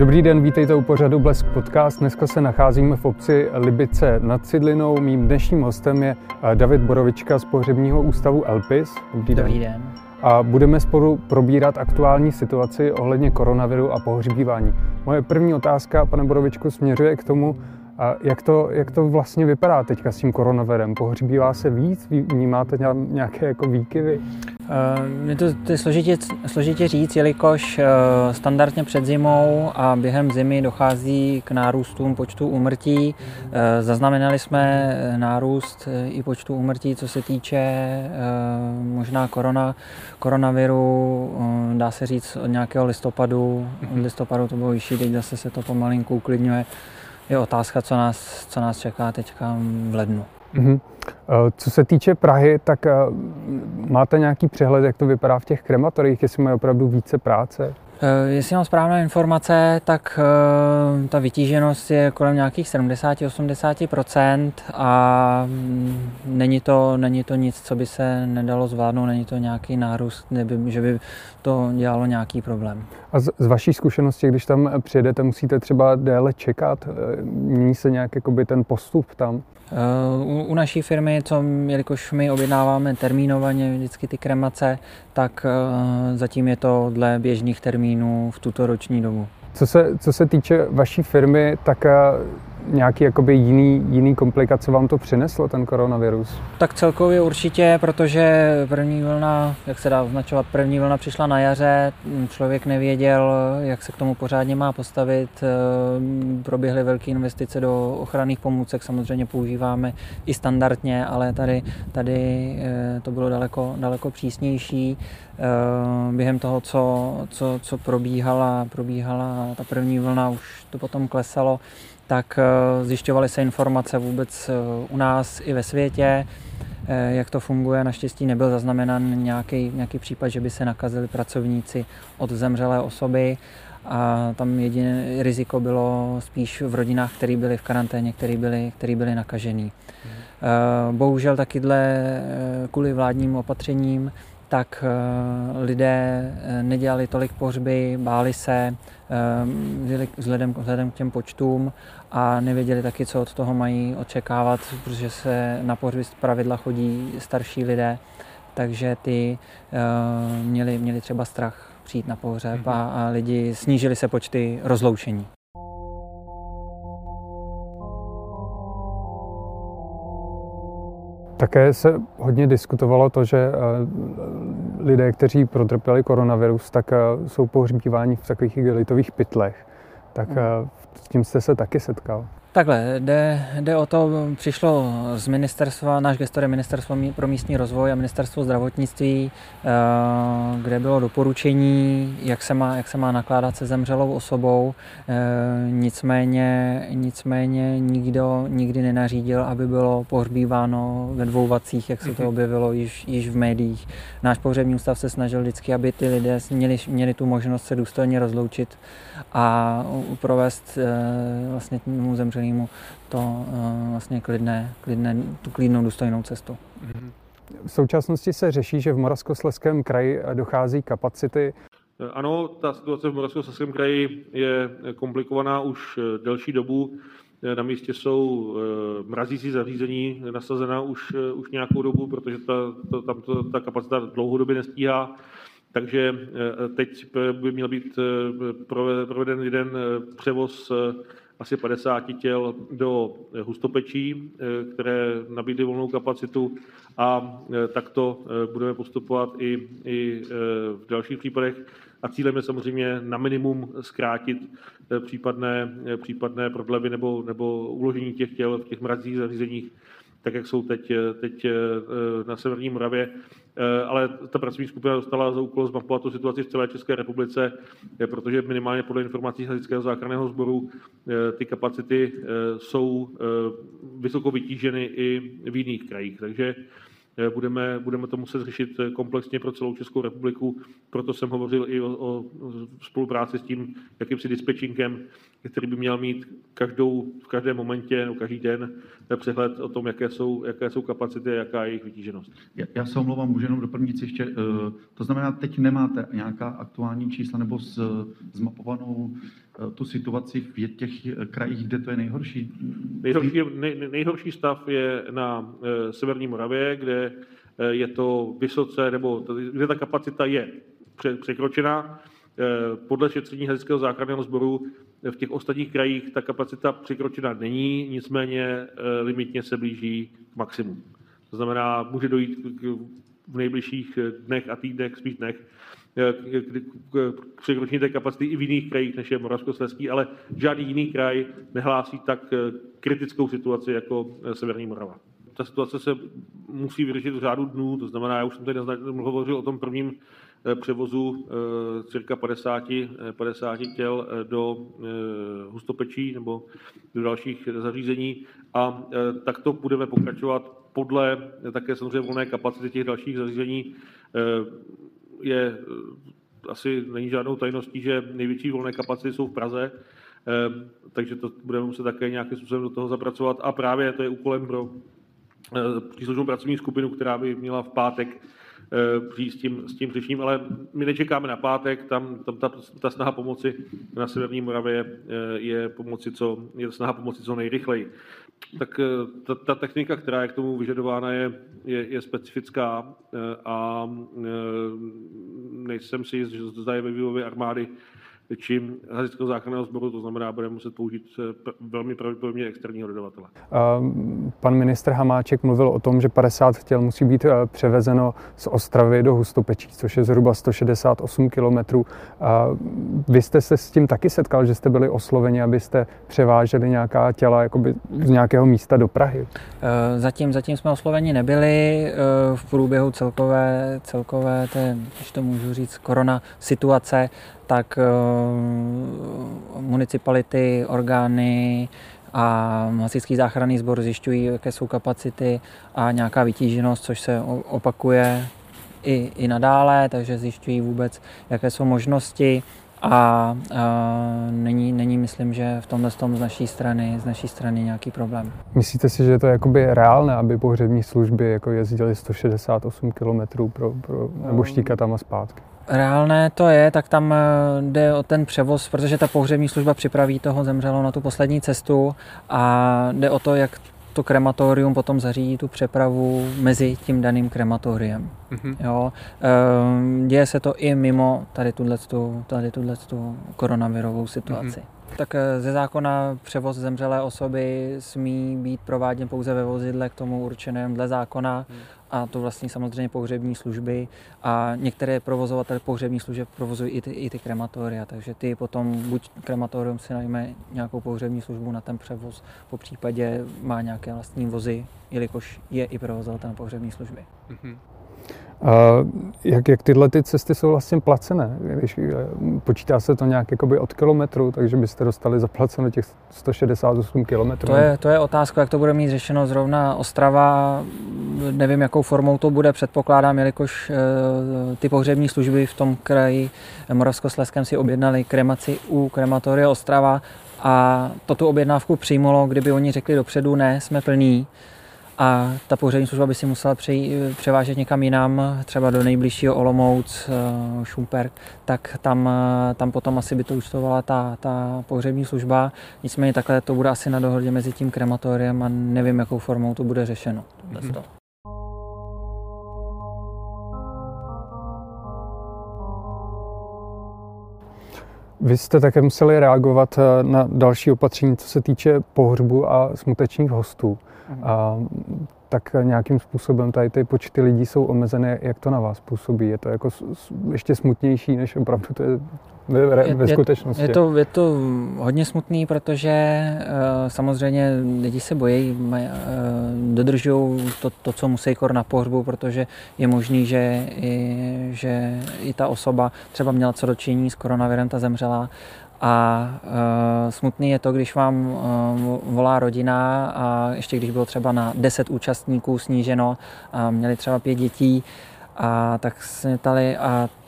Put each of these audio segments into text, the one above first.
Dobrý den, vítejte u pořadu Blesk Podcast. Dneska se nacházíme v obci Libice nad Cidlinou. Mým dnešním hostem je David Borovička z pohřebního ústavu Elpis. Dobrý den. A budeme spolu probírat aktuální situaci ohledně koronaviru a pohřbívání. Moje první otázka, pane Borovičku, směřuje k tomu, jak to vlastně vypadá teďka s tím koronavirem. Pohřbívá se víc? Vnímáte nějaké jako výkyvy? Je to složitě říct, jelikož standardně před zimou a během zimy dochází k nárůstům počtu úmrtí. Zaznamenali jsme nárůst i počtu úmrtí, co se týče možná koronaviru, dá se říct od nějakého listopadu. Od listopadu to bylo vyšší, teď zase se to pomalinku uklidňuje. Je otázka, co nás čeká teďka v lednu. Co se týče Prahy, tak máte nějaký přehled, jak to vypadá v těch krematoriích, jestli mají opravdu více práce? Jestli mám správné informace, tak ta vytíženost je kolem nějakých 70-80% a není to nic, co by se nedalo zvládnout, není to nějaký nárůst, že by to dělalo nějaký problém. A z vaší zkušenosti, když tam přijedete, musíte třeba déle čekat? Mění se nějak jakoby ten postup tam? U naší firmy, jelikož my objednáváme termínovaně vždycky ty kremace, tak zatím je to dle běžných termínů v tuto roční dobu. Co se týče vaší firmy, tak nějaký jakoby jiný komplikace vám to přineslo, ten koronavirus? Tak celkově určitě, protože první vlna, jak se dá označovat, první vlna přišla na jaře, člověk nevěděl, jak se k tomu pořádně má postavit, proběhly velké investice do ochranných pomůcek, samozřejmě používáme i standardně, ale tady to bylo daleko přísnější. Během toho, co probíhala ta první vlna, už to potom klesalo, tak zjišťovaly se informace vůbec u nás i ve světě, jak to funguje. Naštěstí nebyl zaznamenán nějaký případ, že by se nakazili pracovníci od zemřelé osoby a tam jediné riziko bylo spíš v rodinách, které byly v karanténě, který byli nakažený. Bohužel takyhle kvůli vládním opatřením tak lidé nedělali tolik pohřby, báli se vzhledem k těm počtům a nevěděli taky, co od toho mají očekávat, protože se na pohřby zpravidla chodí starší lidé, takže ty měli třeba strach přijít na pohřeb a lidi snížili se počty rozloučení. Také se hodně diskutovalo to, že lidé, kteří protrpěli koronavirus, tak jsou pohřbíváni v takových igelitových pytlech. Tak s tím jste se taky setkal? Takhle, jde o to, přišlo z ministerstva, náš gestor je Ministerstvo pro místní rozvoj a Ministerstvo zdravotnictví, kde bylo doporučení, jak se má nakládat se zemřelou osobou, nicméně nikdo nikdy nenařídil, aby bylo pohřbíváno ve dvou vacích, jak se to objevilo již v médiích. Náš pohřební ústav se snažil vždycky, aby ty lidé měli tu možnost se důstojně rozloučit a provést vlastně tomu zemřelému to vlastně tu klidnou důstojnou cestu. V současnosti se řeší, že v Moravskoslezském kraji dochází kapacity. Ano, ta situace v Moravskoslezském kraji je komplikovaná už delší dobu. Na místě jsou mrazící zařízení nasazena už nějakou dobu, protože ta kapacita dlouhodobě nestíhá. Takže teď by měl být proveden jeden převoz asi 50 těl do hustopečí, které nabídly volnou kapacitu a takto budeme postupovat i v dalších případech. A cílem je samozřejmě na minimum zkrátit případné prodlevy nebo uložení těch těl v těch mrazích zařízeních, tak jak jsou teď na severní Moravě. Ale ta pracovní skupina dostala za úkol zmapovat tu situaci v celé České republice, protože minimálně podle informací Hasičského záchranného sboru ty kapacity jsou vysoko vytíženy i v jiných krajích. Takže budeme to muset řešit komplexně pro celou Českou republiku. Proto jsem hovořil i o spolupráci s tím jakýmsi dispečinkem, který by měl mít v každém momentě, každý den přehled o tom, jaké jsou kapacity a jaká je jejich vytíženost. Já se omlouvám, můžu jenom doplnit ještě. To znamená, teď nemáte nějaká aktuální čísla nebo zmapovanou tu situaci v těch krajích, kde to je nejhorší? Nejhorší stav je na severní Moravě, kde je to vysoce, nebo kde ta kapacita je překročená. Podle šetření Hasičského záchranného sboru v těch ostatních krajích ta kapacita překročena není, nicméně limitně se blíží k maximu. To znamená, může dojít v nejbližších dnech a týdnech, spíš dnech, k překročení té kapacity i v jiných krajích, než je Moravskoslezský, ale žádný jiný kraj nehlásí tak kritickou situaci jako severní Morava. Ta situace se musí vyřešit v řádu dnů, to znamená, já už jsem tady hovořil o tom prvním převozu cirka 50 těl do Hustopečí nebo do dalších zařízení a takto budeme pokračovat podle také samozřejmě volné kapacity těch dalších zařízení. Asi není žádnou tajností, že největší volné kapacity jsou v Praze, takže to budeme muset také nějakým způsobem do toho zapracovat a právě to je úkolem pro příslušnou pracovní skupinu, která by měla v pátek přijít s tím řešením, ale my nečekáme na pátek, tam ta snaha pomoci na severní Moravě je snaha pomoci co nejrychleji. Tak ta technika, která je k tomu vyžadována, je specifická a nejsem si jist, že zda je ve vývojové armády čím Hasičského záchranného sboru, to znamená, budeme muset použít velmi pravděpodobně externího dodavatele. Pan ministr Hamáček mluvil o tom, že 50 těl musí být převezeno z Ostravy do Hustopečí, což je zhruba 168 kilometrů. Vy jste se s tím taky setkal, že jste byli osloveni, abyste převáželi nějaká těla jakoby z nějakého místa do Prahy? Zatím jsme osloveni nebyli. V průběhu celkové když to můžu říct, korona situace, tak municipality, orgány a Hasičský záchranný sbor zjišťují, jaké jsou kapacity a nějaká vytíženost, což se opakuje i nadále, takže zjišťují vůbec, jaké jsou možnosti a není myslím, že v tomhle z naší strany nějaký problém. Myslíte si, že je to jakoby reálné, aby pohřební služby jako jezdily 168 km nebo štíkat tam a zpátky? Reálné to je, tak tam jde o ten převoz, protože ta pohřební služba připraví toho zemřelého na tu poslední cestu a jde o to, jak to krematorium potom zařídí tu přepravu mezi tím daným krematoriem. Mm-hmm. Jo. Děje se to i mimo tady tuhletu koronavirovou situaci. Mm-hmm. Tak ze zákona převoz zemřelé osoby smí být prováděn pouze ve vozidle k tomu určeném dle zákona a to vlastně samozřejmě pohřební služby a některé provozovatele pohřební služeb provozují i ty krematoria, takže ty potom buď krematorium si najme nějakou pohřební službu na ten převoz, po případě má nějaké vlastní vozy, jelikož je i provozovatel pohřební služby. Mm-hmm. Jak tyhle ty cesty jsou vlastně placené? Když počítá se to nějak jakoby od kilometru, takže byste dostali zaplaceno těch 168 kilometrů? To je otázka, jak to bude mít řešeno zrovna Ostrava. Nevím, jakou formou to bude, předpokládám, jelikož ty pohřební služby v tom kraji Moravskoslezském si objednali kremaci u krematoria Ostrava a to tu objednávku přijmulo, kdyby oni řekli dopředu, ne, jsme plní. A ta pohřební služba by si musela převážet někam jinam, třeba do nejbližšího Olomouc, Šumperk, tak tam potom asi by to účtovala ta pohřební služba. Nicméně takhle to bude asi na dohodě mezi tím krematoriem a nevím, jakou formou to bude řešeno. Vy jste také museli reagovat na další opatření, co se týče pohřbu a smutečních hostů. Tak nějakým způsobem tady ty počty lidí jsou omezené. Jak to na vás působí? Je to jako ještě smutnější, než opravdu to je ve skutečnosti? Je to hodně smutný, protože samozřejmě lidi se bojí, dodržují to, co musí na pohřbu, protože je možný, že i ta osoba třeba měla co dočinění s koronavirem, ta zemřela. A smutný je to, když vám volá rodina a ještě když bylo třeba na 10 účastníků sníženo a měli třeba 5 dětí, a tak se mě ptali, a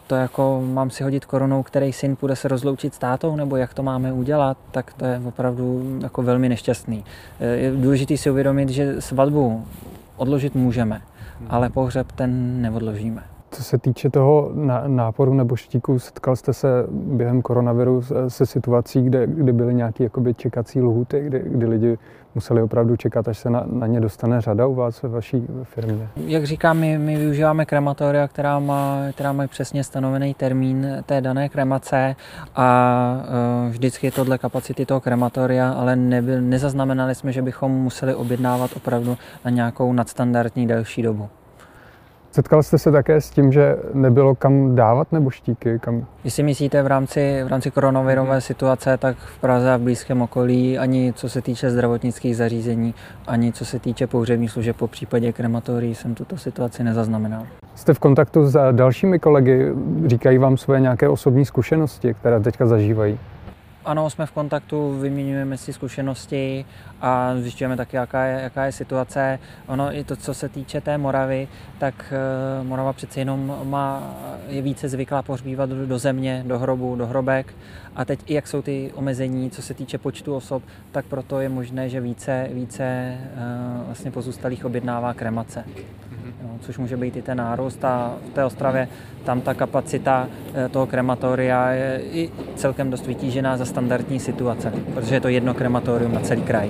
to jako mám si hodit korunou, který syn půjde se rozloučit s tátou, nebo jak to máme udělat, tak to je opravdu jako velmi nešťastný. Je důležité si uvědomit, že svatbu odložit můžeme, ale pohřeb ten neodložíme. Co se týče toho náporu nebožtíků, setkal jste se během koronaviru se situací, kde byly nějaké jakoby čekací lhůty, kdy lidi museli opravdu čekat, až se na ně dostane řada u vás ve vaší firmě? Jak říkám, my využíváme krematoria, která mají přesně stanovený termín té dané kremace a vždycky je to dle kapacity toho krematoria, ale nezaznamenali jsme, že bychom museli objednávat opravdu na nějakou nadstandardní delší dobu. Setkal jste se také s tím, že nebylo kam dávat nebožtíky? Jestli myslíte v rámci koronavirové situace, tak v Praze a v blízkém okolí ani co se týče zdravotnických zařízení, ani co se týče pohřebních služeb, po případě krematorií jsem tuto situaci nezaznamenal. Jste v kontaktu s dalšími kolegy? Říkají vám svoje nějaké osobní zkušenosti, které teďka zažívají? Ano, jsme v kontaktu, vyměňujeme si zkušenosti a zjišťujeme taky, jaká je situace. Ono i to, co se týče té Moravy, tak Morava přeci jenom je více zvyklá pohřbívat do země, do hrobu, do hrobek. A teď i jak jsou ty omezení, co se týče počtu osob, tak proto je možné, že více vlastně pozůstalých objednává kremace. Což může být i ten nárůst a v té Ostravě tam ta kapacita toho krematoria je i celkem dost vytížená za standardní situace, protože je to jedno krematorium na celý kraj.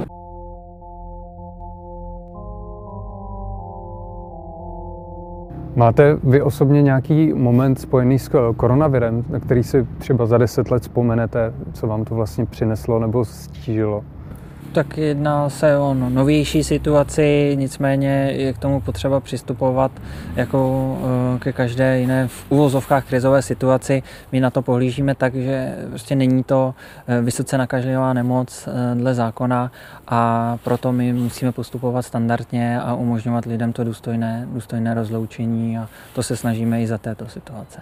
Máte vy osobně nějaký moment spojený s koronavirem, na který si třeba za 10 let vzpomenete, co vám to vlastně přineslo nebo stížilo? Tak jedná se o novější situaci, nicméně je k tomu potřeba přistupovat jako ke každé jiné v uvozovkách krizové situaci. My na to pohlížíme tak, že prostě není to vysoce nakažlivá nemoc dle zákona a proto my musíme postupovat standardně a umožňovat lidem to důstojné rozloučení a to se snažíme i za této situace.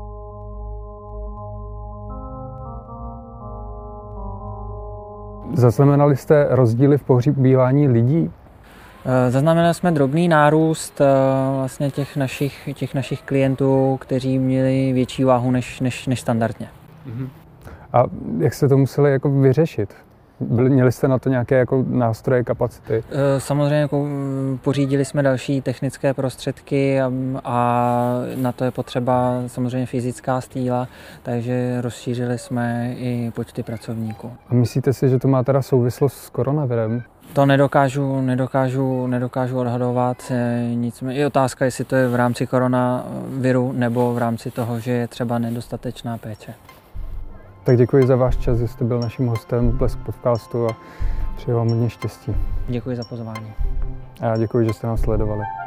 Zaznamenali jste rozdíly v pohřbívání lidí? Zaznamenali jsme drobný nárůst vlastně těch našich klientů, kteří měli větší váhu než standardně. A jak jste to museli jako vyřešit? Měli jste na to nějaké jako nástroje, kapacity? Samozřejmě jako pořídili jsme další technické prostředky a na to je potřeba samozřejmě fyzická síla, takže rozšířili jsme i počty pracovníků. A myslíte si, že to má teda souvislost s koronavirem? To nedokážu odhadovat, nicméně je otázka, jestli to je v rámci koronaviru nebo v rámci toho, že je třeba nedostatečná péče. Tak děkuji za váš čas, že jste byl naším hostem Blesk podcastu a přeji vám hodně štěstí. Děkuji za pozvání. A děkuji, že jste nás sledovali.